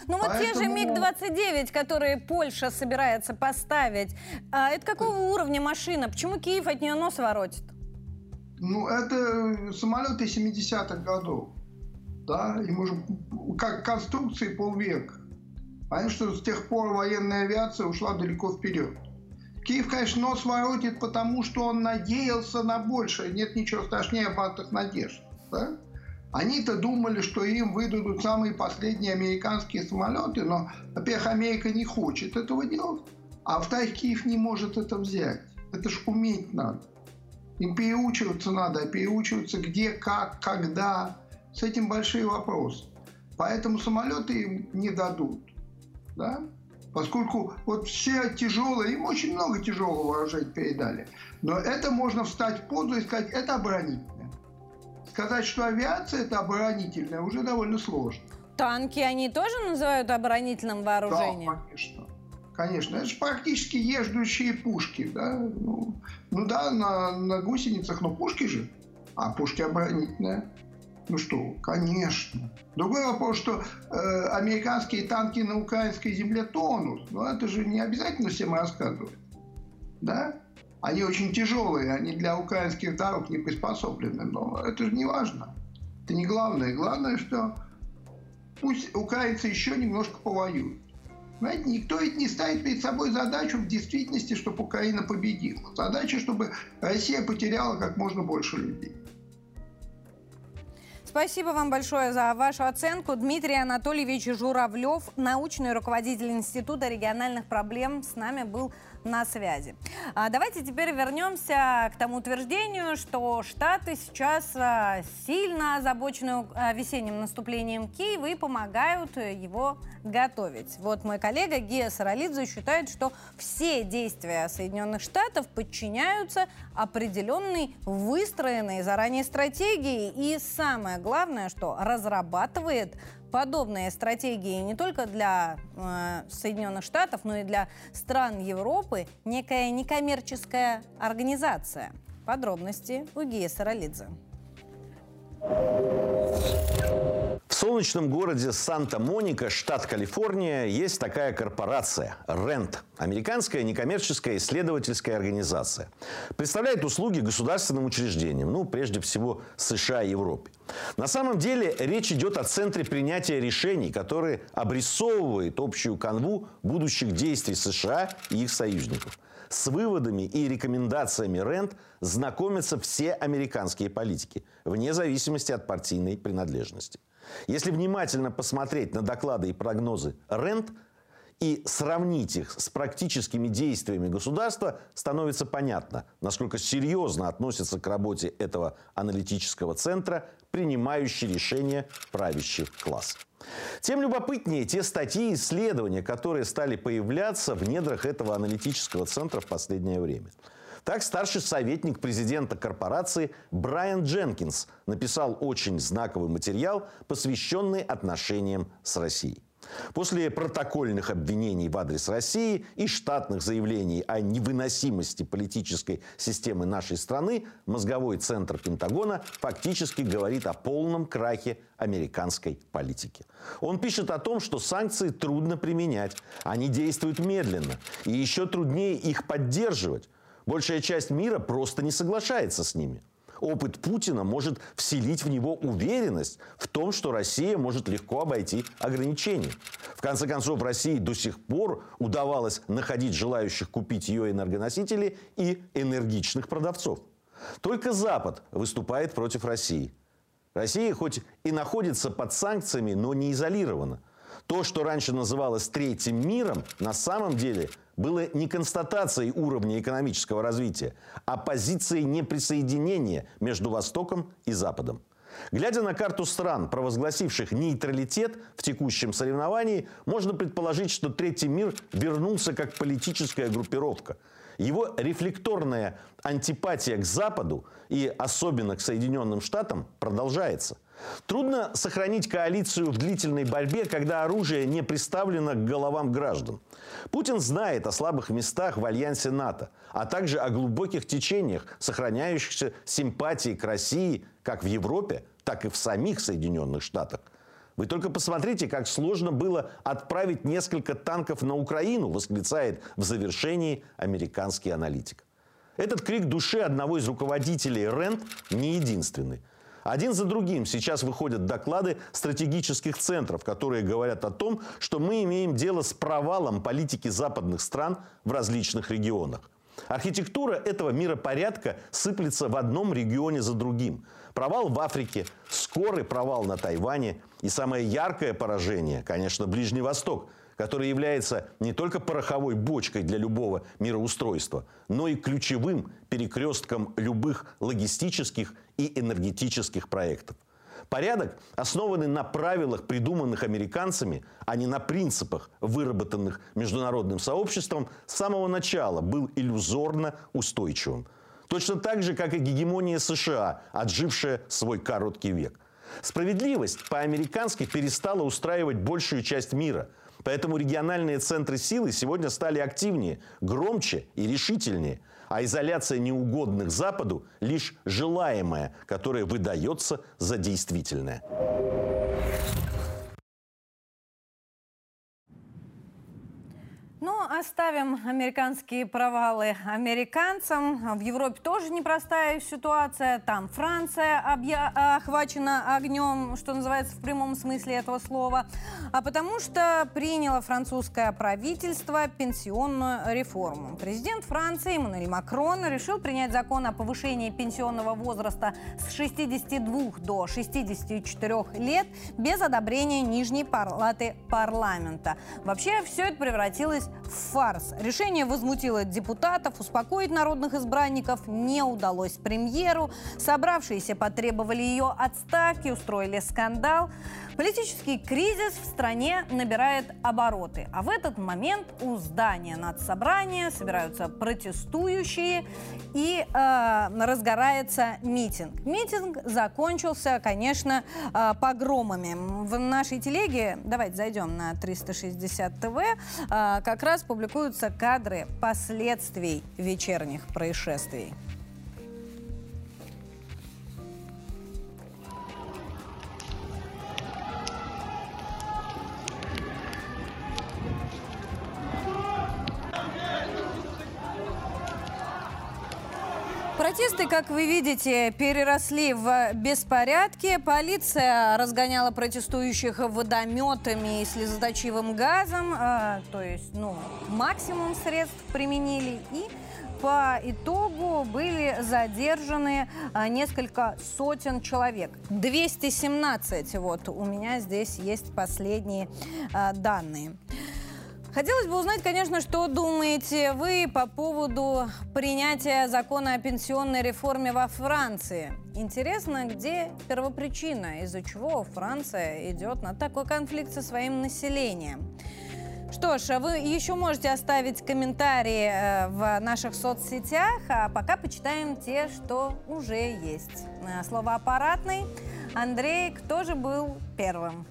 Ну вот те же МиГ-29, которые Польша собирается поставить, это какого уровня машина? Почему Киев от нее нос воротит? Ну, это самолеты 70-х годов. Да, им уже как конструкции полвека. Понятно, что с тех пор военная авиация ушла далеко вперед. Киев, конечно, нос воротит, потому что он надеялся на большее. Нет ничего страшнее обманутых надежд. Да? Они-то думали, что им выдадут самые последние американские самолеты, но, во-первых, Америка не хочет этого делать, а во-вторых, Киев не может это взять. Это ж уметь надо. Им переучиваться надо, а переучиваться где, как, когда. С этим большие вопросы. Поэтому самолеты им не дадут. Да? Поскольку вот все тяжелые, им очень много тяжелого вооружения передали. Но это можно встать в позу и сказать, это оборонительное. Сказать, что авиация это оборонительная, уже довольно сложно. Танки они тоже называют оборонительным вооружением? Да, конечно. Конечно. Это же практически езжущие пушки. Да? Ну да, на гусеницах, но пушки же. А пушки оборонительные. Ну что, конечно. Другой вопрос, что американские танки на украинской земле тонут. Но это же не обязательно всем рассказывать. Да? Они очень тяжелые, они для украинских дорог не приспособлены. Но это же не важно. Это не главное. Главное, что пусть украинцы еще немножко повоюют. Знаете, никто ведь не ставит перед собой задачу в действительности, чтобы Украина победила. Задача, чтобы Россия потеряла как можно больше людей. Спасибо вам большое за вашу оценку. Дмитрий Анатольевич Журавлев, научный руководитель Института региональных проблем, с нами был на связи. Давайте теперь вернемся к тому утверждению, что Штаты сейчас сильно озабочены весенним наступлением Киева и помогают его готовить. Вот мой коллега Гия Саралидзе считает, что все действия Соединенных Штатов подчиняются определенной выстроенной заранее стратегии. И самое главное, что разрабатывает подобные стратегии не только для Соединенных Штатов, но и для стран Европы некая некоммерческая организация. Подробности у Гии Саралидзе. В солнечном городе Санта-Моника, штат Калифорния, есть такая корпорация RAND – американская некоммерческая исследовательская организация. Представляет услуги государственным учреждениям, ну, прежде всего, США и Европе. На самом деле речь идет о центре принятия решений, который обрисовывает общую канву будущих действий США и их союзников. С выводами и рекомендациями RAND знакомятся все американские политики, вне зависимости от партийной принадлежности. Если внимательно посмотреть на доклады и прогнозы RAND и сравнить их с практическими действиями государства, становится понятно, насколько серьезно относится к работе этого аналитического центра принимающий решения правящий класс. Тем любопытнее те статьи и исследования, которые стали появляться в недрах этого аналитического центра в последнее время. Так, старший советник президента корпорации Брайан Дженкинс написал очень знаковый материал, посвященный отношениям с Россией. После протокольных обвинений в адрес России и штатных заявлений о невыносимости политической системы нашей страны, мозговой центр Пентагона фактически говорит о полном крахе американской политики. Он пишет о том, что санкции трудно применять, они действуют медленно, и еще труднее их поддерживать. Большая часть мира просто не соглашается с ними. Опыт Путина может вселить в него уверенность в том, что Россия может легко обойти ограничения. В конце концов, России до сих пор удавалось находить желающих купить ее энергоносители и энергичных продавцов. Только Запад выступает против России. Россия хоть и находится под санкциями, но не изолирована. То, что раньше называлось третьим миром, на самом деле было не констатацией уровня экономического развития, а позицией неприсоединения между Востоком и Западом. Глядя на карту стран, провозгласивших нейтралитет в текущем соревновании, можно предположить, что третий мир вернулся как политическая группировка. Его рефлекторная антипатия к Западу и особенно к Соединенным Штатам продолжается. Трудно сохранить коалицию в длительной борьбе, когда оружие не приставлено к головам граждан. Путин знает о слабых местах в альянсе НАТО, а также о глубоких течениях, сохраняющихся симпатии к России как в Европе, так и в самих Соединенных Штатах. Вы только посмотрите, как сложно было отправить несколько танков на Украину, восклицает в завершении американский аналитик. Этот крик души одного из руководителей РЕНД не единственный. Один за другим сейчас выходят доклады стратегических центров, которые говорят о том, что мы имеем дело с провалом политики западных стран в различных регионах. Архитектура этого миропорядка сыплется в одном регионе за другим. Провал в Африке, скорый провал на Тайване и самое яркое поражение, конечно, Ближний Восток, который является не только пороховой бочкой для любого мироустройства, но и ключевым перекрестком любых логистических и энергетических проектов. Порядок, основанный на правилах, придуманных американцами, а не на принципах, выработанных международным сообществом, с самого начала был иллюзорно устойчивым. Точно так же, как и гегемония США, отжившая свой короткий век. Справедливость по-американски перестала устраивать большую часть мира. Поэтому региональные центры силы сегодня стали активнее, громче и решительнее. А изоляция неугодных Западу – лишь желаемое, которое выдается за действительное. Но оставим американские провалы американцам. В Европе тоже непростая ситуация. Там Франция охвачена огнем, что называется, в прямом смысле этого слова. А потому что приняло французское правительство пенсионную реформу. Президент Франции Эммануэль Макрон решил принять закон о повышении пенсионного возраста с 62 до 64 лет без одобрения нижней палаты парламента. Вообще все это превратилось в фарс. Решение возмутило депутатов, успокоить народных избранников не удалось премьеру. Собравшиеся потребовали ее отставки, устроили скандал. Политический кризис в стране набирает обороты. А в этот момент у здания Нацсобрания собираются протестующие и разгорается митинг. Митинг закончился, конечно, погромами. В нашей телеге, давайте зайдем на 360 ТВ, как раз публикуются кадры последствий вечерних происшествий. Протесты, как вы видите, переросли в беспорядки. Полиция разгоняла протестующих водометами и слезоточивым газом. То есть, максимум средств применили. И по итогу были задержаны несколько сотен человек. 217. Вот у меня здесь есть последние данные. Хотелось бы узнать, конечно, что думаете вы по поводу принятия закона о пенсионной реформе во Франции. Интересно, где первопричина, из-за чего Франция идет на такой конфликт со своим населением. Что ж, вы еще можете оставить комментарии в наших соцсетях, а пока почитаем те, что уже есть. Слово аппаратный. Андрей, кто же был первым?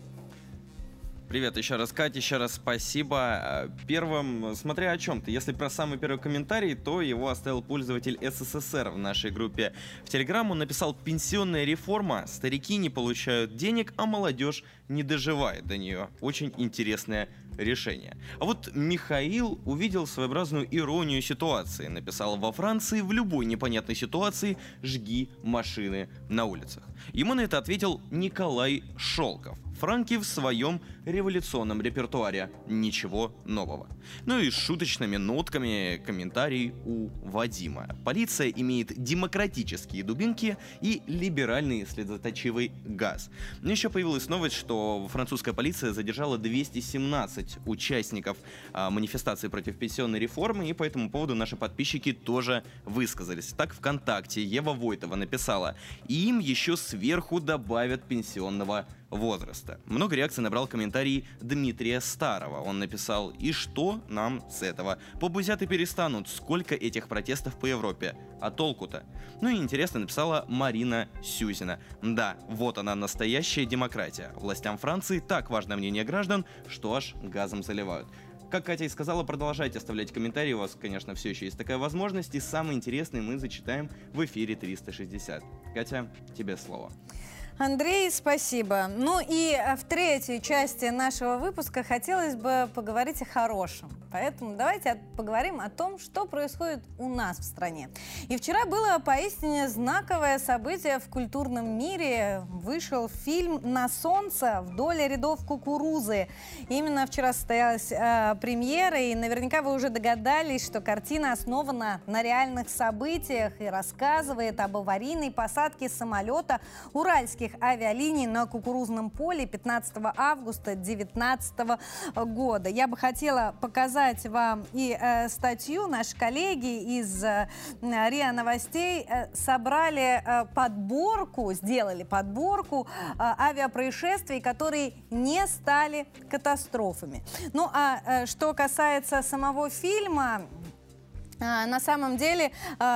Привет еще раз, Катя, еще раз спасибо. Первым, смотря о чем ты. Если про самый первый комментарий, то его оставил пользователь СССР в нашей группе в Телеграм. Он написал: «Пенсионная реформа, старики не получают денег, а молодежь не доживает до нее». Очень интересное решение. А вот Михаил увидел своеобразную иронию ситуации. Написал: «Во Франции в любой непонятной ситуации жги машины на улицах». Ему на это ответил Николай Шолков: «Франки в своем революционном репертуаре. Ничего нового». Ну и с шуточными нотками комментарий у Вадима. «Полиция имеет демократические дубинки и либеральный слезоточивый газ». Еще появилась новость, что французская полиция задержала 217 участников манифестации против пенсионной реформы, и по этому поводу наши подписчики тоже высказались. Так, ВКонтакте Ева Войтова написала: «Им еще сверху добавят пенсионного возраста». Много реакций набрал комментарий Дмитрия Старого. Он написал: «И что нам с этого? Побузяты перестанут. Сколько этих протестов по Европе? А толку-то?» Ну и интересно написала Марина Сюзина: «Да, вот она, настоящая демократия. Властям Франции так важно мнение граждан, что аж газом заливают». Как Катя и сказала, продолжайте оставлять комментарии, у вас, конечно, все еще есть такая возможность, и самые интересные мы зачитаем в эфире 360. Катя, тебе слово. Андрей, спасибо. Ну и в третьей части нашего выпуска хотелось бы поговорить о хорошем. Поэтому давайте поговорим о том, что происходит у нас в стране. И вчера было поистине знаковое событие в культурном мире. Вышел фильм «На солнце вдоль рядов кукурузы». Именно вчера состоялась премьера, и наверняка вы уже догадались, что картина основана на реальных событиях и рассказывает об аварийной посадке самолета уральских авиалиний на кукурузном поле 15 августа 2019 года. Я бы хотела показать вам и статью. Наши коллеги из РИА Новостей собрали подборку, сделали подборку авиапроисшествий, которые не стали катастрофами. Ну а что касается самого фильма, на самом деле,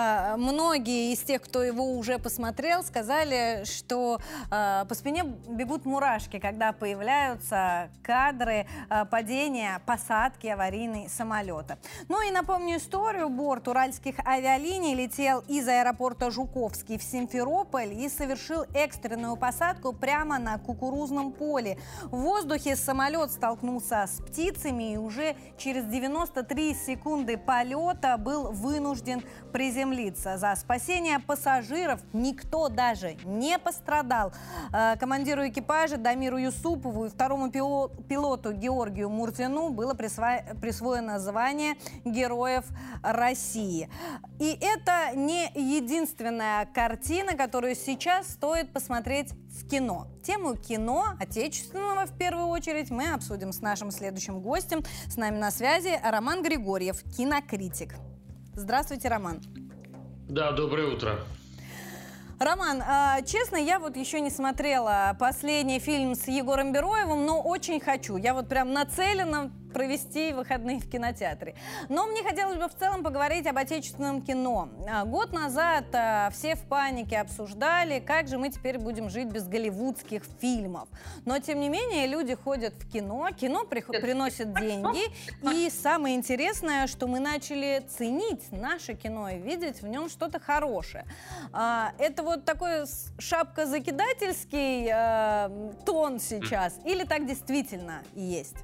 многие из тех, кто его уже посмотрел, сказали, что по спине бегут мурашки, когда появляются кадры падения, посадки аварийной самолета. Ну и напомню историю. Борт уральских авиалиний летел из аэропорта Жуковский в Симферополь и совершил экстренную посадку прямо на кукурузном поле. В воздухе самолет столкнулся с птицами, и уже через 93 секунды полета был вынужден приземлиться. За спасение пассажиров никто даже не пострадал. Командиру экипажа Дамиру Юсупову и второму пилоту Георгию Муртину было присвоено звание Героев России. И это не единственная картина, которую сейчас стоит посмотреть в кино. Тему кино, отечественного в первую очередь, мы обсудим с нашим следующим гостем. С нами на связи Роман Григорьев, кинокритик. Здравствуйте, Роман. Да, доброе утро. Роман, честно, я вот еще не смотрела последний фильм с Егором Бероевым, но очень хочу. Я вот прям нацелена провести выходные в кинотеатре. Но мне хотелось бы в целом поговорить об отечественном кино. Год назад все в панике обсуждали, как же мы теперь будем жить без голливудских фильмов. Но, тем не менее, люди ходят в кино, кино приносит деньги. И самое интересное, что мы начали ценить наше кино и видеть в нем что-то хорошее. Это вот такой шапкозакидательский тон сейчас? Или так действительно и есть?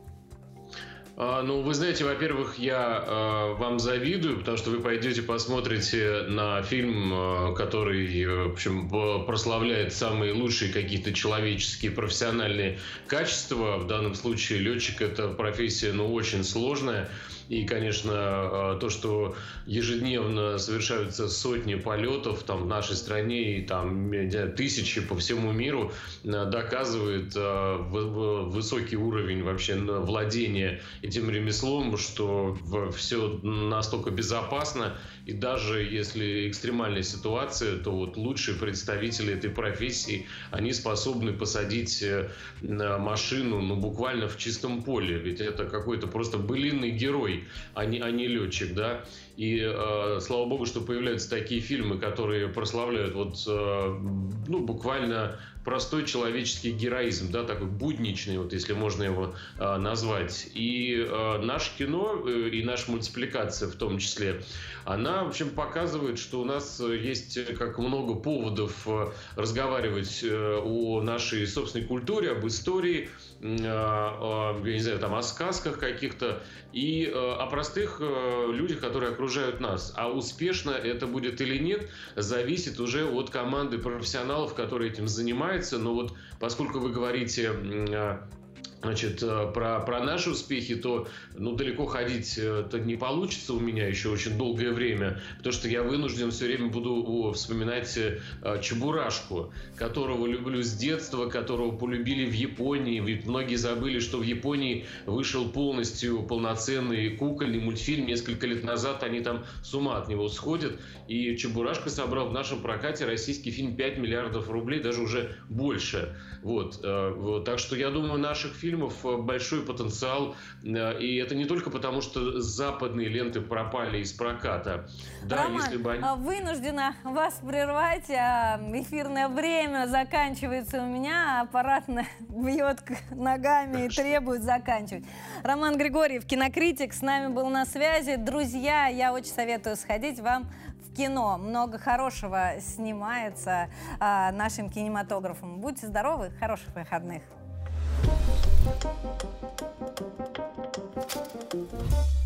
Ну, вы знаете, во-первых, я вам завидую, потому что вы пойдете посмотрите на фильм, который, в общем, прославляет самые лучшие какие-то человеческие, профессиональные качества. В данном случае летчик – это профессия, ну, очень сложная. И, конечно, то, что ежедневно совершаются сотни полетов там, в нашей стране и там, тысячи по всему миру, доказывает высокий уровень вообще владения этим ремеслом, что все настолько безопасно. И даже если экстремальная ситуация, то вот лучшие представители этой профессии, они способны посадить машину, ну, буквально в чистом поле. Ведь это какой-то просто былинный герой, а не летчик, да. И слава богу, что появляются такие фильмы, которые прославляют вот, ну, буквально простой человеческий героизм, да, такой будничный, вот, если можно его назвать. И наше кино, и наша мультипликация в том числе, она, в общем, показывает, что у нас есть как много поводов разговаривать о нашей собственной культуре, об истории, я не знаю, там, о сказках каких-то и о простых людях, которые окружают нас. А успешно это будет или нет, зависит уже от команды профессионалов, которые этим занимаются. Но вот поскольку вы говорите, значит, про наши успехи, то, ну, далеко ходить это не получится у меня еще очень долгое время, потому что я вынужден все время буду вспоминать Чебурашку, которого люблю с детства, которого полюбили в Японии. Ведь многие забыли, что в Японии вышел полностью полноценный кукольный мультфильм. Несколько лет назад они там с ума от него сходят. И Чебурашка собрал в нашем прокате российский фильм 5 миллиардов рублей, даже уже больше. Вот. Так что я думаю, наших фильмов большой потенциал. И это не только потому, что западные ленты пропали из проката. Да, Роман, если бы они... вынуждена вас прервать. Эфирное время заканчивается у меня. Аппарат бьет ногами и требует заканчивать. Роман Григорьев, кинокритик, с нами был на связи. Друзья, я очень советую сходить вам в кино. Много хорошего снимается нашим кинематографом. Будьте здоровы, хороших выходных.